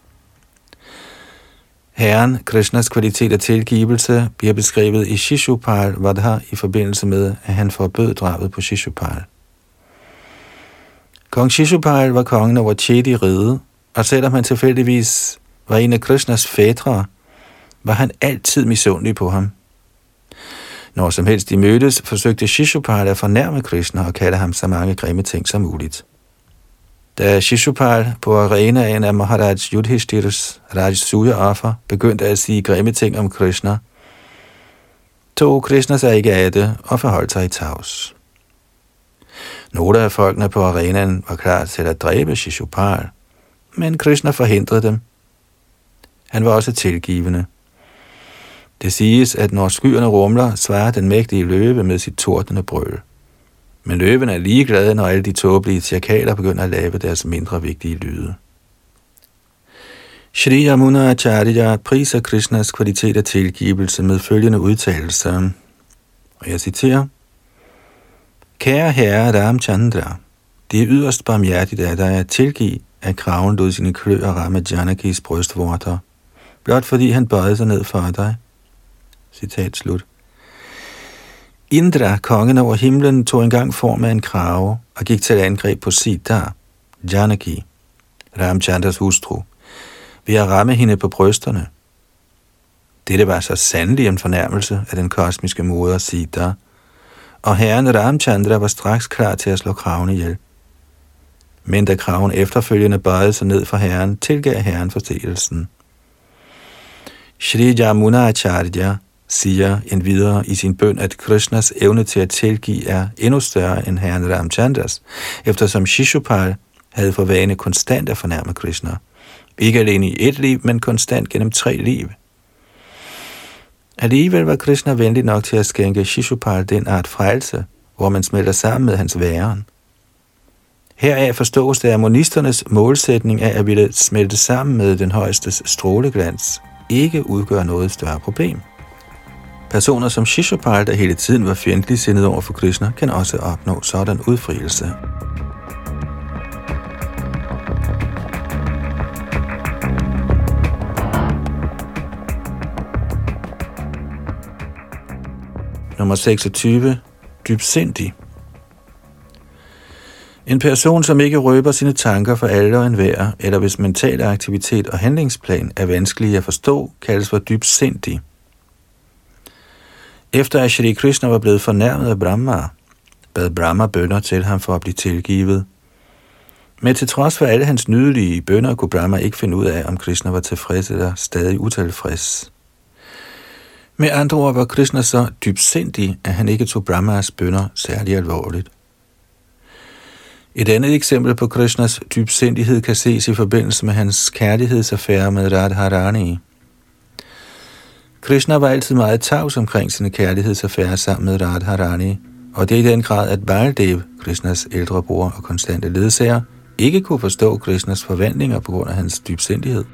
Herren, Krishnas kvalitet af tilgivelse, bliver beskrevet i Shishupal Vadha i forbindelse med, at han forbød drabet på Shishupal. Kong Shishupal var kongen over Chedi-riget, og selvom han tilfældigvis var en af Krishnas fætre, var han altid misundelig på ham. Når som helst de mødtes, forsøgte Shishupal at fornærme Krishna og kalde ham så mange grimme ting som muligt. Da Shishupal på arenaen af Maharaj Yudhishthires Rajasuya-offer begyndte at sige grimme ting om Krishna, tog Krishna sig ikke af det og forholdt sig i tavs. Nogle af folkene på arenaen var klar til at dræbe Shishupal, men Krishna forhindrede dem. Han var også tilgivende. Det siges, at når skyerne rumler, svarer den mægtige løve med sit tordnende brøl. Men løven er ligeglad, når alle de tåbelige chakaler begynder at lave deres mindre vigtige lyde. Shri Yamuna Acharya priser Krishnas kvalitet af tilgivelse med følgende udtalelser. Og jeg citerer: Kære herre Ramchandra, det er yderst barmhjertigt af dig at tilgive, at kraven lod sine kløer ramme Janakis brystvorter, blot fordi han bøjede sig ned for dig. Citat slut. Indra, kongen over himlen, tog engang form af en krave og gik til angreb på Sita, Janaki, Ramchandras hustru, ved at ramme hende på brysterne. Dette var så sandelig en fornærmelse af den kosmiske moder Sita, og herren Ramchandra var straks klar til at slå kraven ihjel. Men da kraven efterfølgende bøjede sig ned for herren, tilgav herren forseelsen. Shri Yamuna Acharya siger endvidere i sin bøn, at Krishnas evne til at tilgive er endnu større end herren Ramchandras, eftersom Shishupal havde for vane konstant at fornærme Krishna. Ikke alene i et liv, men konstant gennem 3 liv. Alligevel var Krishna venlig nok til at skænke Shishupal den art frelse, hvor man smelter sammen med hans væren. Heraf forstås det, at monisternes målsætning af at ville smelte sammen med den højestes stråleglans ikke udgør noget større problem. Personer som Shishupal, der hele tiden var fjendtlig sindet over for Krishna, kan også opnå sådan udfrielse. Nummer 26. Dybsindig. En person, som ikke røber sine tanker for alle og enhver, eller hvis mentale aktivitet og handlingsplan er vanskelige at forstå, kaldes for dybsindig. Efter at Shri Krishna var blevet fornærmet af Brahma, bad Brahma bønner til ham for at blive tilgivet. Men til trods for alle hans nydelige bønner, kunne Brahma ikke finde ud af, om Krishna var tilfreds eller stadig utilfreds. Med andre ord var Krishna så dybsindig, at han ikke tog Brahmas bønner særlig alvorligt. Et andet eksempel på Krishnas dybsindighed kan ses i forbindelse med hans kærlighedsaffære med Radharani. Krishna var altid meget tavs omkring sine kærlighedsaffærer sammen med Radharani, og det er i den grad, at Baldev, Krishnas ældre bror og konstante ledsager, ikke kunne forstå Krishnas forventninger på grund af hans dybsindighed.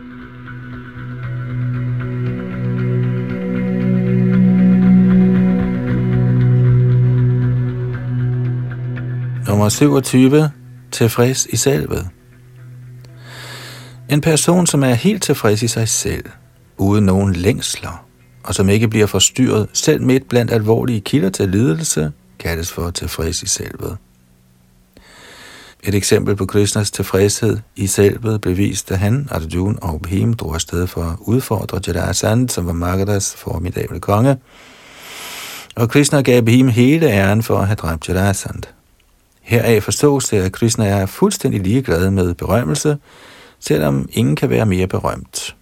Nummer 27. Tilfreds i selvet. En person, som er helt tilfreds i sig selv, uden nogen længsler, og som ikke bliver forstyrret, selv midt blandt alvorlige kilder til lidelse, kaldes for tilfreds i selvet. Et eksempel på Krishnas tilfredshed i selvet blev vist, da han, Arjuna og Bhim drog afsted for at udfordre Jarasandha, som var Magadhas formidable konge, og Krishna gav Bhim hele æren for at have dræbt Jarasandha. Heraf forstås det, at Krishna er fuldstændig ligeglad med berømmelse, selvom ingen kan være mere berømt.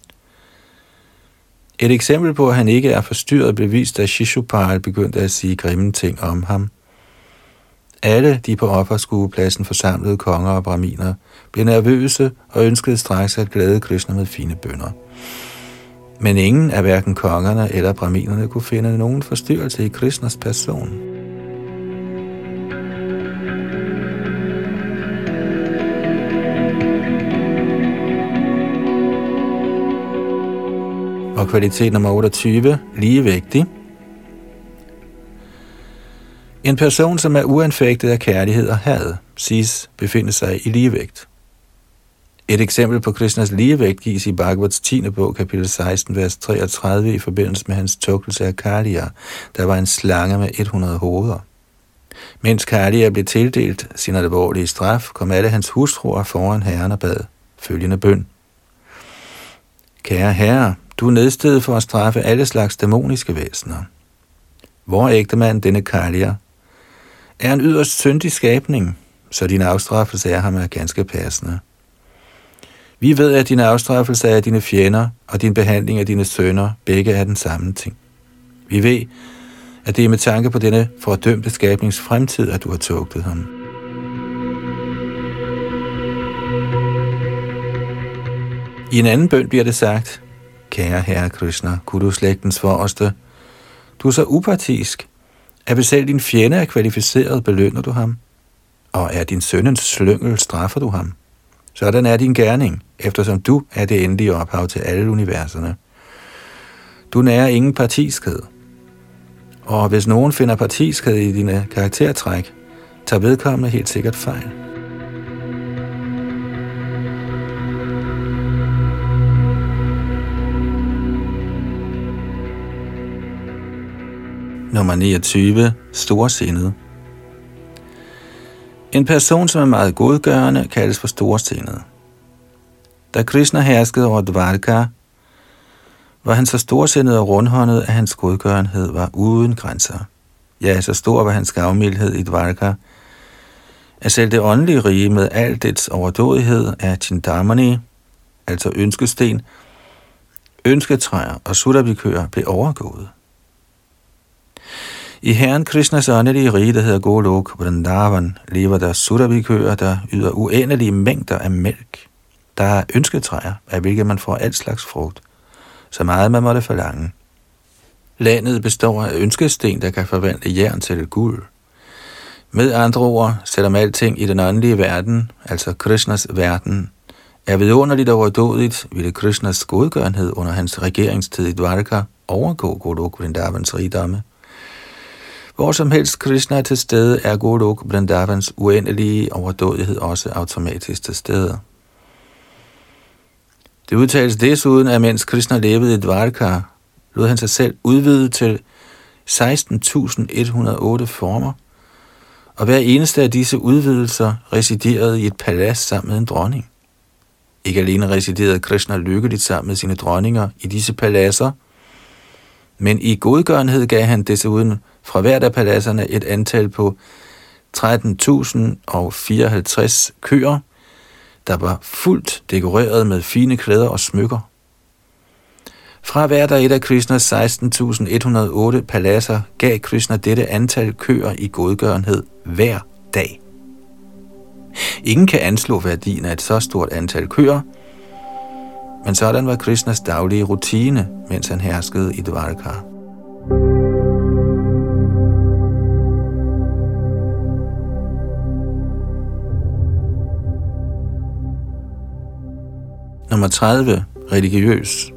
Et eksempel på, at han ikke er forstyrret, blev vist, da Shishupal begyndte at sige grimme ting om ham. Alle de på offerskuepladsen forsamlede konger og brahminer blev nervøse og ønskede straks at glæde Krishna med fine bønner. Men ingen af hverken kongerne eller brahminerne kunne finde nogen forstyrrelse i Krishnas person. Og kvalitet nummer 28, ligevægtig. En person, som er uanfægtet af kærlighed og had, siges befinde sig i ligevægt. Et eksempel på Krishnas ligevægt gives i Bhagavats 10. bog, kapitel 16, vers 33, i forbindelse med hans tukkelse af Kaliya, der var en slange med 100 hoveder. Mens Kaliya blev tildelt sin alvorlige straf, kom alle hans hustruer foran herren og bad følgende bøn. Kære herre, du er nedstedet for at straffe alle slags dæmoniske væsener. Vor ægtemand, denne Kaliya, er en yderst syndig skabning, så din afstraffelse af ham er ganske passende. Vi ved, at din afstraffelse af dine fjender og din behandling af dine sønner begge er den samme ting. Vi ved, at det er med tanke på denne fordømte skabnings fremtid, at du har tugtet ham. I en anden bøn bliver det sagt, kære herre Krishna, Kuru-slægtens forreste, du er så upartisk, at hvis selv din fjende er kvalificeret, belønner du ham, og er din sønnens slyngel, straffer du ham. Sådan er din gerning, eftersom du er det endelige ophav til alle universerne. Du nærer ingen partiskhed, og hvis nogen finder partiskhed i dine karaktertræk, tager vedkommende helt sikkert fejl. Nummer 29. Storsindet. En person, som er meget godgørende, kaldes for storsindet. Da Krishna herskede over Dvarka, var han så storsindet og rundhåndet, at hans godgørenhed var uden grænser. Ja, så stor var hans gavmildhed i Dvarka, at selv det åndelige rige med alt dets overdådighed af Chindamani, altså ønskesten, ønsketræer og sudabikøer, blev overgået. I Herren Krishnas åndelige rige, der hedder Golok Vrindavan, lever der sudabikøer, der yder uendelige mængder af mælk. Der er ønsketræer, af hvilke man får alt slags frugt, så meget man måtte forlange. Landet består af ønskesten, der kan forvandle jern til guld. Med andre ord, selvom alting i den åndelige verden, altså Krishnas verden, er vidunderligt overdådigt, ville Krishnas godgørenhed under hans regeringstid i Dvarka overgå Golok Vrindavans rigdomme. Hvor som helst Krishna er til stede, er Golok Vrindavans uendelige overdådighed også automatisk til stede. Det udtales desuden, at mens Krishna levede i Dvarka, lod han sig selv udvide til 16.108 former, og hver eneste af disse udvidelser residerede i et palads sammen med en dronning. Ikke alene residerede Krishna lykkeligt sammen med sine dronninger i disse paladser, men i godgørenhed gav han desuden fra hvert af paladserne et antal på 13.054 køer, der var fuldt dekoreret med fine klæder og smykker. Fra hvert af et af Krishnas 16.108 paladser gav Krishna dette antal køer i godgørenhed hver dag. Ingen kan anslå værdien af et så stort antal køer, men sådan var Krishnas daglige rutine, mens han herskede i Dvarka. Nummer 30. Religiøs.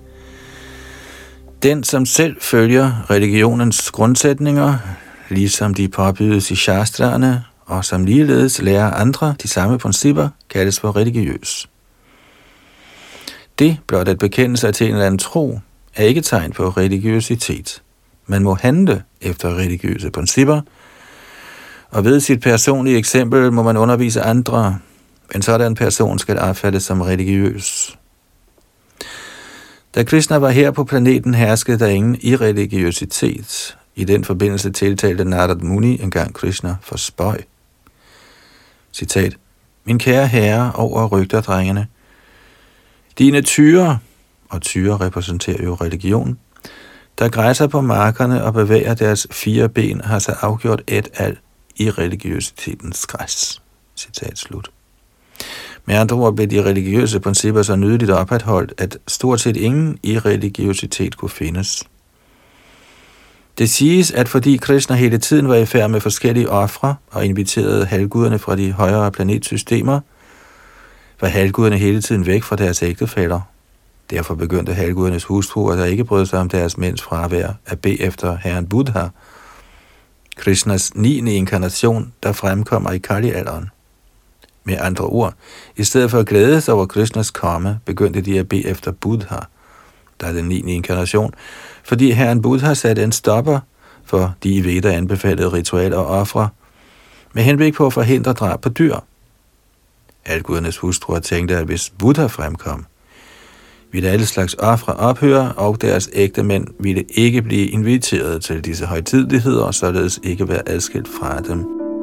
Den, som selv følger religionens grundsætninger, ligesom de påbydes i shastraerne, og som ligeledes lærer andre de samme principper, kaldes for religiøs. Det blot at bekende sig til en eller anden tro er ikke tegn på religiøsitet. Man må handle efter religiøse principper, og ved sit personlige eksempel må man undervise andre. En sådan person skal opfattes som religiøs. Da Krishna var her på planeten, herskede der ingen irreligiøsitet. I den forbindelse tiltalte Narad Muni engang Krishna for spøg. Citat: Min kære herre over rygterdrengene, dine tyre, og tyre repræsenterer jo religion, der græsser på markerne og bevæger deres 4 ben, har så afgjort et al i religiøsitetens græs. Citat slut. Med andre ord blev de religiøse principper så nydeligt opretholdt, at stort set ingen irreligiøsitet kunne findes. Det siges, at fordi Krishna hele tiden var i færd med forskellige ofre og inviterede halvguderne fra de højere planetsystemer, var halvguderne hele tiden væk fra deres ægtefæller. Derfor begyndte halvgudernes hustruer, der ikke brød sig om deres mænds fravær, at bede efter herren Buddha, Krishnas 9. inkarnation, der fremkommer i Kali-alderen. Med andre ord, i stedet for at glæde sig over Krishnas komme, begyndte de at bede efter Buddha, der er den 9. inkarnation, fordi herren Buddha satte en stopper for de i Veda anbefalede ritualer og ofre, med henblik på at forhindre drab på dyr. Halvgudernes hustruer tænkte, at hvis Buddha fremkom, ville alle slags ofre ophøre, og deres ægtemænd ville ikke blive inviteret til disse højtideligheder, og således ikke være adskilt fra dem.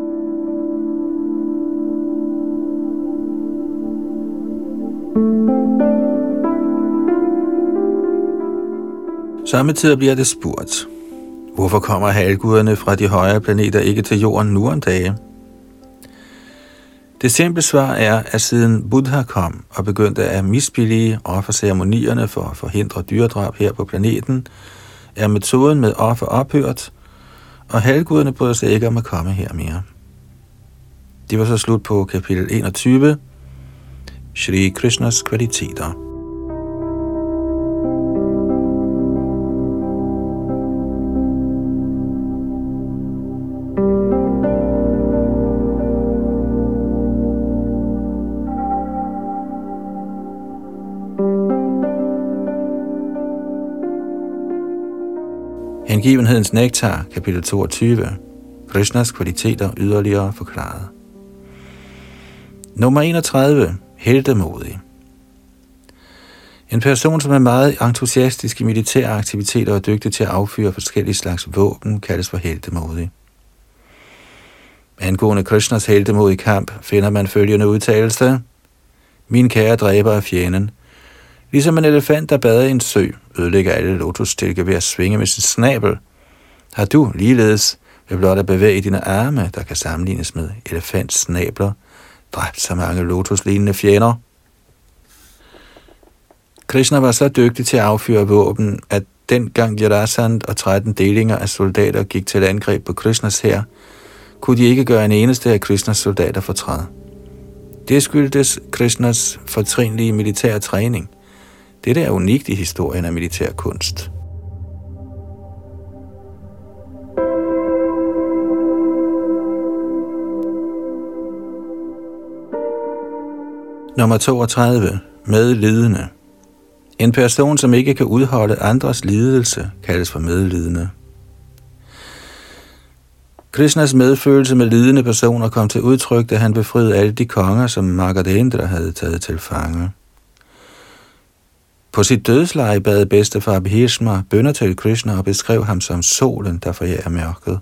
Samtidig bliver det spurgt: hvorfor kommer halvguderne fra de højere planeter ikke til jorden nu om dage? Det simple svar er, at siden Buddha kom og begyndte at misbillige offerceremonierne for at forhindre dyredrab her på planeten, er metoden med offer ophørt, og halvguderne bryder sig ikke om at komme her mere. Det var så slut på kapitel 21, Shri Krishnas kvaliteter. Hengivenhedens nektar, kapitel 22. Krishnas kvaliteter yderligere forklaret. Nummer 31. Heltemodig. En person, som er meget entusiastisk i militære aktiviteter og er dygtig til at affyre forskellige slags våben, kaldes for heltemodig. Angående Krishnas heltemod i kamp finder man følgende udtalelse: Min kære dræber af fjenden. Ligesom en elefant, der bader i en sø, ødelægger alle lotusstilke ved at svinge med sin snabel, har du ligeledes ved blot at bevæge dine arme, der kan sammenlignes med elefants snabler, dræbt så mange lotuslignende fjender. Krishna var så dygtig til at affyre våben, at dengang Jarasandh og 13 delinger af soldater gik til angreb på Krishnas hær, kunne de ikke gøre en eneste af Krishnas soldater fortræde. Det skyldtes Krishnas fortrinlige militære træning. Dette er unikt i historien af militær kunst. Nummer 32. Medlidende. En person, som ikke kan udholde andres lidelse, kaldes for medlidende. Krishnas medfølelse med lidende personer kom til udtryk, da han befriede alle de konger, som Magadendra havde taget til fange. På sit dødsleje bad bedstefar Bhishma bønner til Krishna og beskrev ham som solen, der forjærer mørket.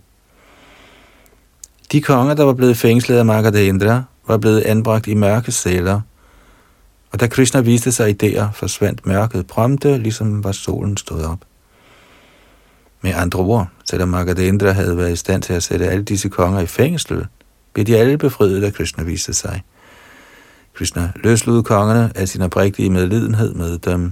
De konger, der var blevet fængslet af Magadendra, var blevet anbragt i mørke celler, og da Krishna viste sig i der, forsvandt mørket prompte, ligesom var solen stået op. Med andre ord, selvom Magadendra havde været i stand til at sætte alle disse konger i fængsel, blev de alle befriet, da Krishna viste sig. Krishna løslod kongerne af sin oprigtige medlidenhed med dem.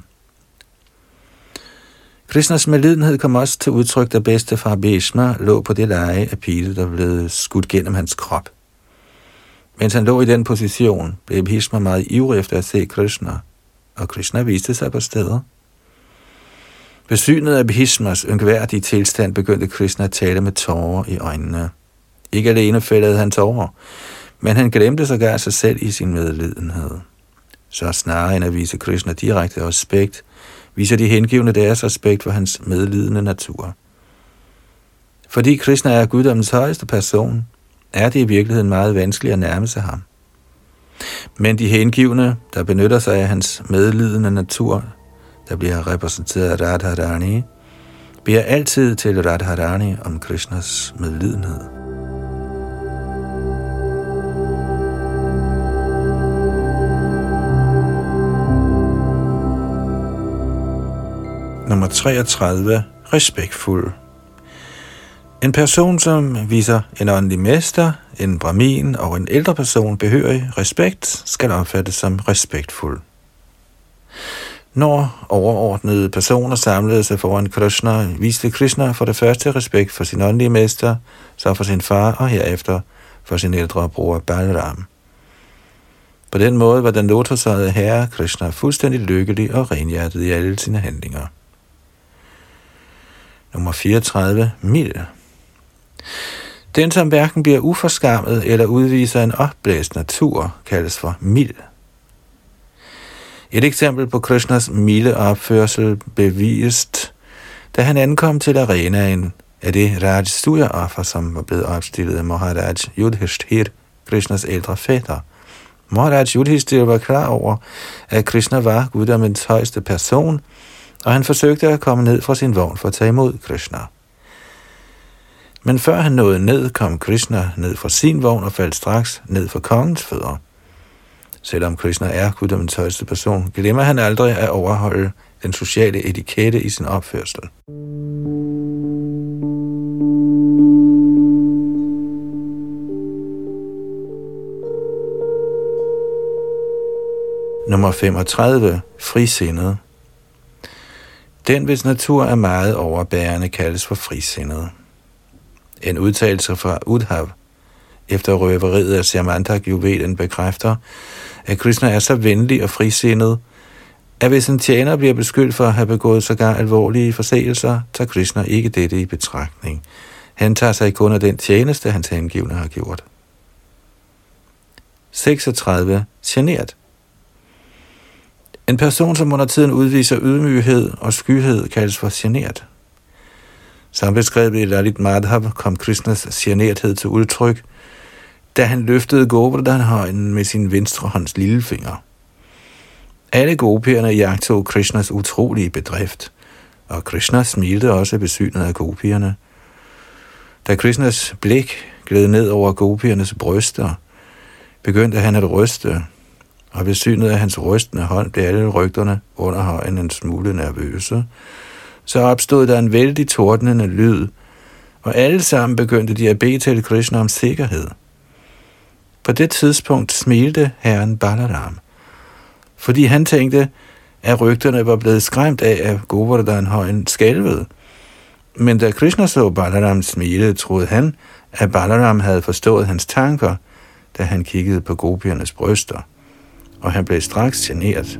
Krishnas medlidenhed kom også til udtryk, da bedstefar Bhishma lå på det leje af pile, der blev skudt gennem hans krop. Mens han lå i den position, blev Bhishma meget ivrig efter at se Krishna, og Krishna viste sig på stedet. Ved synet af Bhishmas ynkværdige tilstand begyndte Krishna at tale med tårer i øjnene. Ikke alene fældede han tårer, men han glemte sågar sig selv i sin medlidenhed. Så snarere end at vise Krishna direkte respekt, viser de hengivne deres respekt for hans medlidende natur. Fordi Krishna er guddommens højeste person, er det i virkeligheden meget vanskeligt at nærme sig ham. Men de hengivne, der benytter sig af hans medlidende natur, der bliver repræsenteret af Radharani, beder altid til Radharani om Krishnas medlidenhed. Nummer 33. Respektfuld. En person, som viser en åndelig mester, en brahmin og en ældre person behørig respekt, skal opfattes som respektfuld. Når overordnede personer samlede sig foran Krishna, viste Krishna for det første respekt for sin åndelige mester, så for sin far og herefter for sin ældre bror Balaram. På den måde var den lotusøjede herre Krishna fuldstændig lykkelig og renhjertet i alle sine handlinger. Nummer 34. Mild. Den, som hverken bliver uforskammet eller udviser en opblæst natur, kaldes for mild. Et eksempel på Krishnas milde opførsel bevist, da han ankom til arenaen af det Rajasuya-offer, som var blevet opstillet af Maharaj Yudhishthir, Krishnas ældre fætter. Maharaj Yudhishthir var klar over, at Krishna var guddommens højeste person, og han forsøgte at komme ned fra sin vogn for at tage imod Krishna. Men før han nåede ned, kom Krishna ned fra sin vogn og faldt straks ned for kongens fødder. Selvom Krishna er guddommens højeste person, glemmer han aldrig at overholde den sociale etikette i sin opførsel. Nummer 35. Frisindet. Den, hvis natur er meget overbærende, kaldes for frisindet. En udtalelse fra Uddhav efter røveriet af Samantak-juvelen bekræfter, at Krishna er så venlig og frisindet, at hvis en tjener bliver beskyldt for at have begået sågar alvorlige forseelser, tager Krishna ikke dette i betragtning. Han tager sig kun af den tjeneste, hans hengivne har gjort. 36. Genert. En person, som under tiden udviser ydmyghed og skyhed, kaldes for genert. Som beskrevet i Lalit Madhav kom Krishnas generthed til udtryk, da han løftede Govardhan-højen med sin venstre hånds lillefinger. Alle gopierne jagtog Krishnas utrolige bedrift, og Krishna smilte også ved synet af gopierne. Da Krishnas blik gled ned over gopiernes bryster, begyndte han at ryste, og ved synet af hans rystende hånd blev alle rygterne under højen en smule nervøse. Så opstod der en vældig tordnende lyd, og alle sammen begyndte de at bede til Krishna om sikkerhed. På det tidspunkt smilte herren Balaram, fordi han tænkte, at rygterne var blevet skræmt af, at Govardhan-højen skælvede. Men da Krishna så Balaram smile, troede han, at Balaram havde forstået hans tanker, da han kiggede på gopiernes bryster, og han blev straks genert.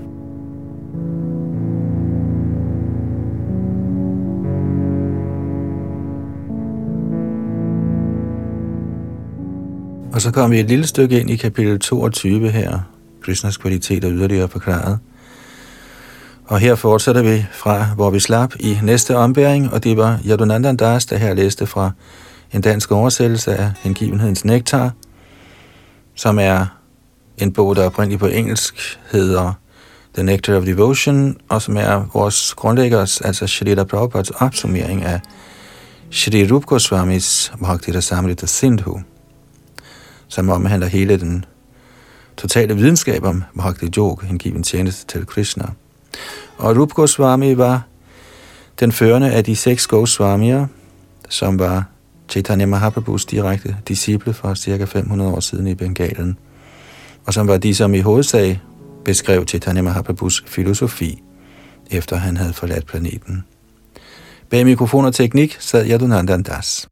Og så kommer vi et lille stykke ind i kapitel 22 her, Krishnas kvaliteter yderligere forklaret. Og her fortsætter vi fra, hvor vi slap i næste ombæring, og det var Yadunandan Das, der her læste fra en dansk oversættelse af Hengivenhedens Nektar, som er en bog, der oprindeligt på engelsk hedder The Nectar of Devotion, og som er vores grundlæggers, altså Shrila Prabhupads opsummering af Shri Rup Goswamis Bhakti Rasamrita Sindhu, som omhandler hele den totale videnskab om Bhakti Yoga, hengiven tjeneste til Krishna. Og Rup Goswami var den førende af de 6 Goswamier, som var Chaitanya Mahaprabhus direkte disciple for ca. 500 år siden i Bengalen, og som var de, som i hovedsag beskrev Chaitanya Mahaprabhus filosofi, efter han havde forladt planeten. Bag mikrofon og teknik sad Yadunandan Das.